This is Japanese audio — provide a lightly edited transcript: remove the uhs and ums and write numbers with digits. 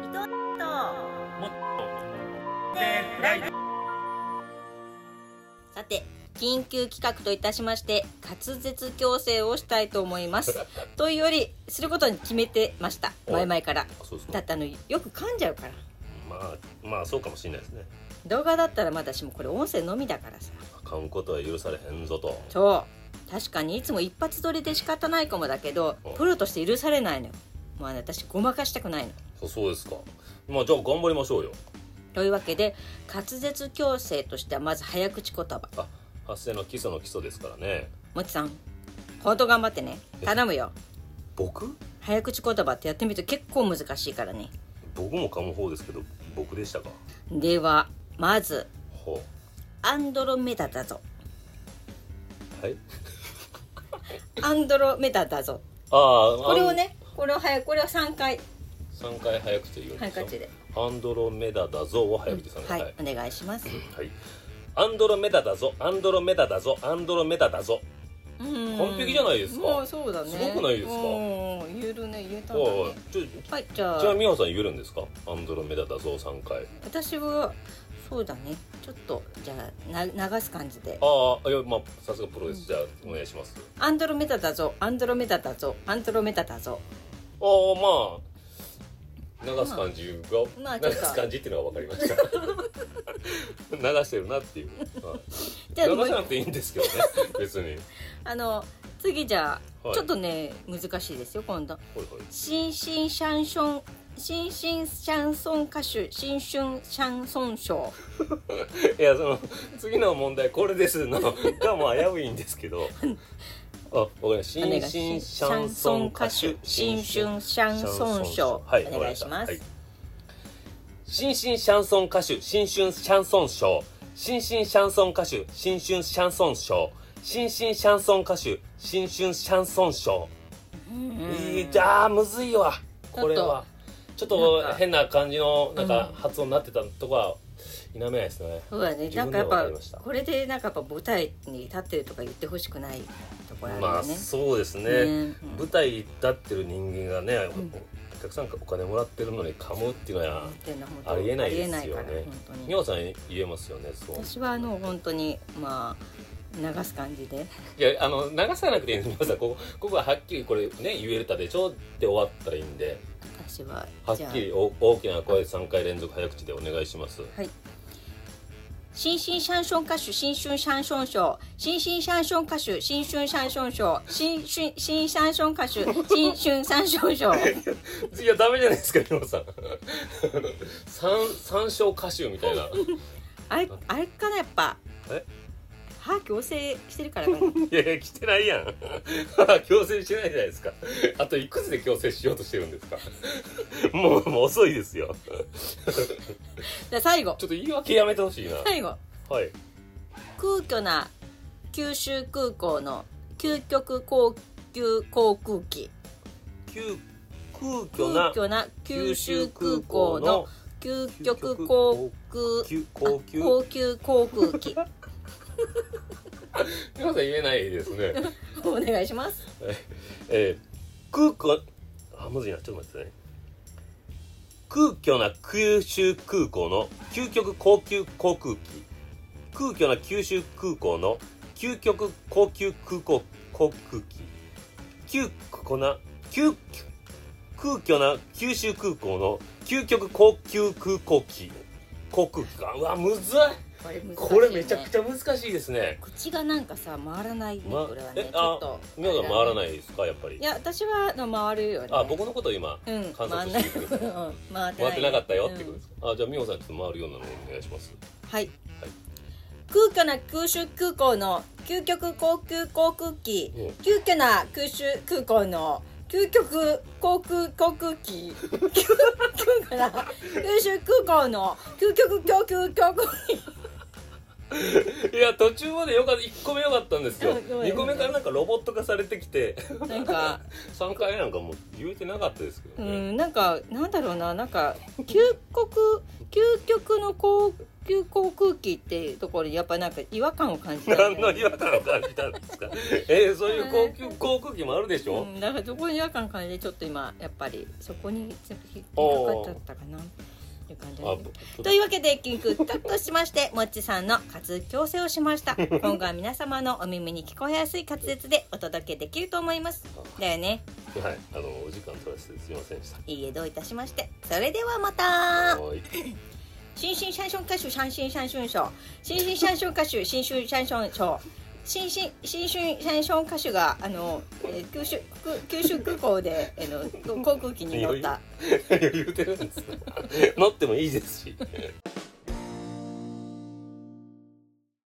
ともっとフライデー。 さて、緊急企画といたしまして滑舌矯正をしたいと思いますというよりすることに決めてました。前々から。 そうですか。 だってよく噛んじゃうから。 まあそうかもしれないですね。 動画だったらまだしもこれ音声のみだからさ。 噛むことは許されへんぞと。 そう確かにいつも一発撮りで仕方ないかもだけどプロとして許されないのよ。もう私ごまかしたくないの。 そうですか。まあじゃあ頑張りましょうよ。 というわけで滑舌矯正としてはまず早口言葉。 発声の基礎の基礎ですからね。 もちさんほんと頑張ってね。頼むよ。 僕早口言葉ってやってみると結構難しいからね。 僕も噛む方ですけど僕でしたか。 ではまずほアンドロメダだぞ。 う。はい。 アンドロメダだぞ。これをねこれを3回 3回早口で言うんですよ。 早口でアンドロメダだぞを早口3回、 はい、お願いします。 はい。アンドロメダだぞ、アンドロメダだぞ、アンドロメダだぞ。完璧じゃないですか。 もうそうだね。 すごくないですか。 言えるね、言えたんだね。はい、じゃあ美穂さん言えるんですか。アンドロメダだぞ3回。 私はそうだね。ちょっとじゃあ流す感じで。 いやまあさすがプロです。じゃあお願いします。 アンドロメダだぞ、アンドロメダだぞ、アンドロメダだぞ。 まあ流す感じが、流す感じっていうのは分かりました流してるなっていう、流さなくていいんですけどね別に。 次じゃあ、ちょっとね難しいですよ今度。新進シャンソン歌手新春シャンソン賞いやその次の問題これですのがもう危ういんですけどわかりました。新進シャンソン歌手新春シャンソン賞、 はい、 お願いします。 新進シャンソン歌手新春シャンソン賞、新進シャンソン歌手新春シャンソン賞、新進シャンソン歌手新春シャンソン賞。じゃあむずいわこれは。ちょっと変な感じのなんか発音になってたとこは否めないですね。 そうだね。なんかやっぱこれでなんかやっぱ舞台に立ってるとか言ってほしくないところあるよね。 まあそうですね。舞台に立ってる人間がね、お客さんからお金もらってるのに噛むっていうのはありえないですよね。美穂さん言えますよね。そう。 私は本当にまあ流す感じで。 いや流さなくていいんです。美穂さんここははっきりこれね言えるたでちょって終わったらいいんで。 私ははっきり大きな声で3回連続早口でお願いします。 はい。新進シャンソン歌手新春シャンソン賞、新進シャンソン歌手新春シャンソン賞、新シャンソン歌手新春シャンソン賞。 いやダメじゃないですか美穂さん三章歌手みたいなあれかなやっぱ矯正してるからかな。 いやしてないやん矯正してないじゃないですか。あといくつで矯正しようとしてるんですかもう遅いですよじゃあ最後ちょっと言い訳やめてほしいな。 最後、 はい。 空虚な九州空港の究極高級航空機。 空虚な九州空港の究極高級航空機皆さん言えないですねお願いします。 空虚むずいな。ちょっと待ってね。空虚な九州空港の究極高級航空機。空虚な九州空港の究極高級航空機。空虚な九州空港の究極高級航空機か。うわむずい。これめちゃくちゃ難しいですね。 口がなんかさ回らないね、これはね。ちょっと皆さん回らないですかやっぱり。いや私は回るよね。 僕のことを今観察してくれて回ってなかったよってことですか。じゃあ美穂さんちょっと回るようなのをお願いします。 はい。空虚な九州空港の究極高級航空機。空虚な九州空港の究極航空機。空虚な九州空港の究極航空機。 いや途中までよかった。1個目よかったんですよ。2個目からなんかロボット化されてきてなんか 3回目なんかもう言えてなかったですけどね。 なんかなんだろうな、なんか究極の高級航空機っていうところにやっぱなんか違和感を感じた、ね、 何の違和感を感じたんですかそういう高級航空機もあるでしょ、 だからそこに違和感感じてちょっと今やっぱりそこに引っかかっちゃったかなという感じです。というわけで緊急企画としましてもっちさんの滑舌矯正をしました。今後は皆様のお耳に聞こえやすい滑舌でお届けできると思います。だよね。 はい、お時間取らせてすいませんでした。 いいえ、どういたしまして。それではまた。新進シャンション歌手新進シャンション賞、新進シャンション歌手新進シャンション賞、新春シャンション歌手が九州空港で航空機に乗った言うてるんです乗ってもいいですし